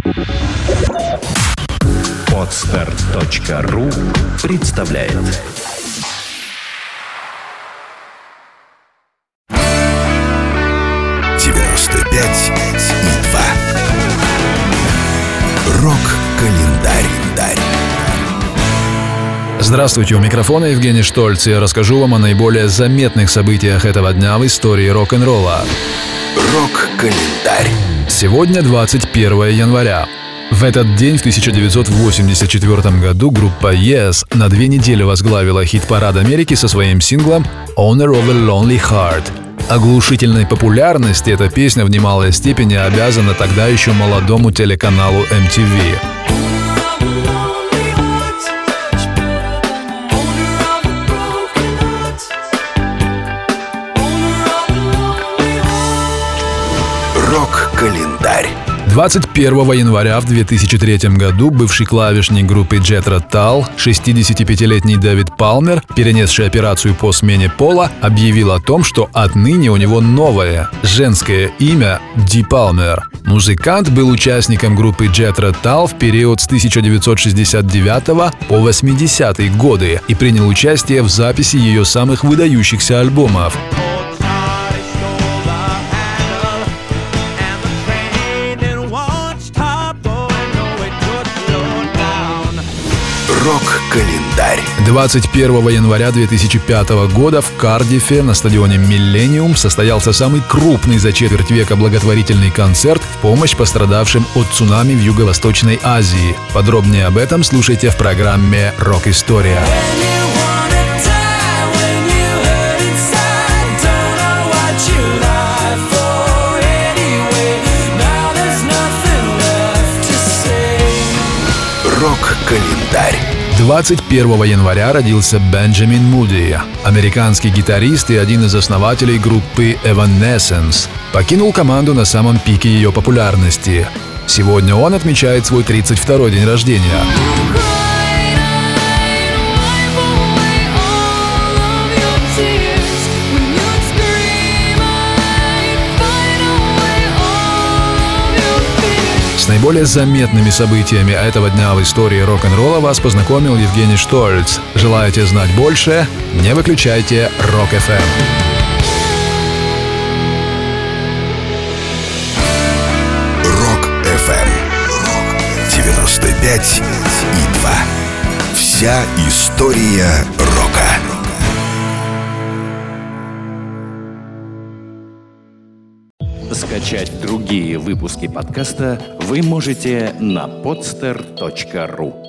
Podster.ru представляет. Рок-календарь. Здравствуйте, у микрофона Евгений Штольц, и я расскажу вам о наиболее заметных событиях этого дня в истории рок-н-ролла. Рок-календарь. Сегодня 21 января. В этот день, в 1984 году, группа Yes на 2 недели возглавила хит-парад Америки со своим синглом «Owner of a Lonely Heart». Оглушительной популярности эта песня в немалой степени обязана тогда еще молодому телеканалу MTV. Рок-календарь. 21 января в 2003 году бывший клавишник группы Jethro Tull, 65-летний Дэвид Палмер, перенесший операцию по смене пола, объявил о том, что отныне у него новое женское имя Ди Палмер. Музыкант был участником группы Jethro Tull в период с 1969 по 80-е годы и принял участие в записи ее самых выдающихся альбомов. Рок-календарь. 21 января 2005 года в Кардифе на стадионе «Миллениум» состоялся самый крупный за четверть века благотворительный концерт в помощь пострадавшим от цунами в Юго-Восточной Азии. Подробнее об этом слушайте в программе «Рок-история». Рок-календарь. 21 января родился Бенджамин Муди, американский гитарист и один из основателей группы Evanescence. Покинул команду на самом пике ее популярности. Сегодня он отмечает свой 32-й день рождения. С наиболее заметными событиями этого дня в истории рок-н-ролла вас познакомил Евгений Штольц. Желаете знать больше? Не выключайте Рок-ФМ. Рок-ФМ 95,2. Вся история рока. Скачать другие выпуски подкаста вы можете на podster.ru.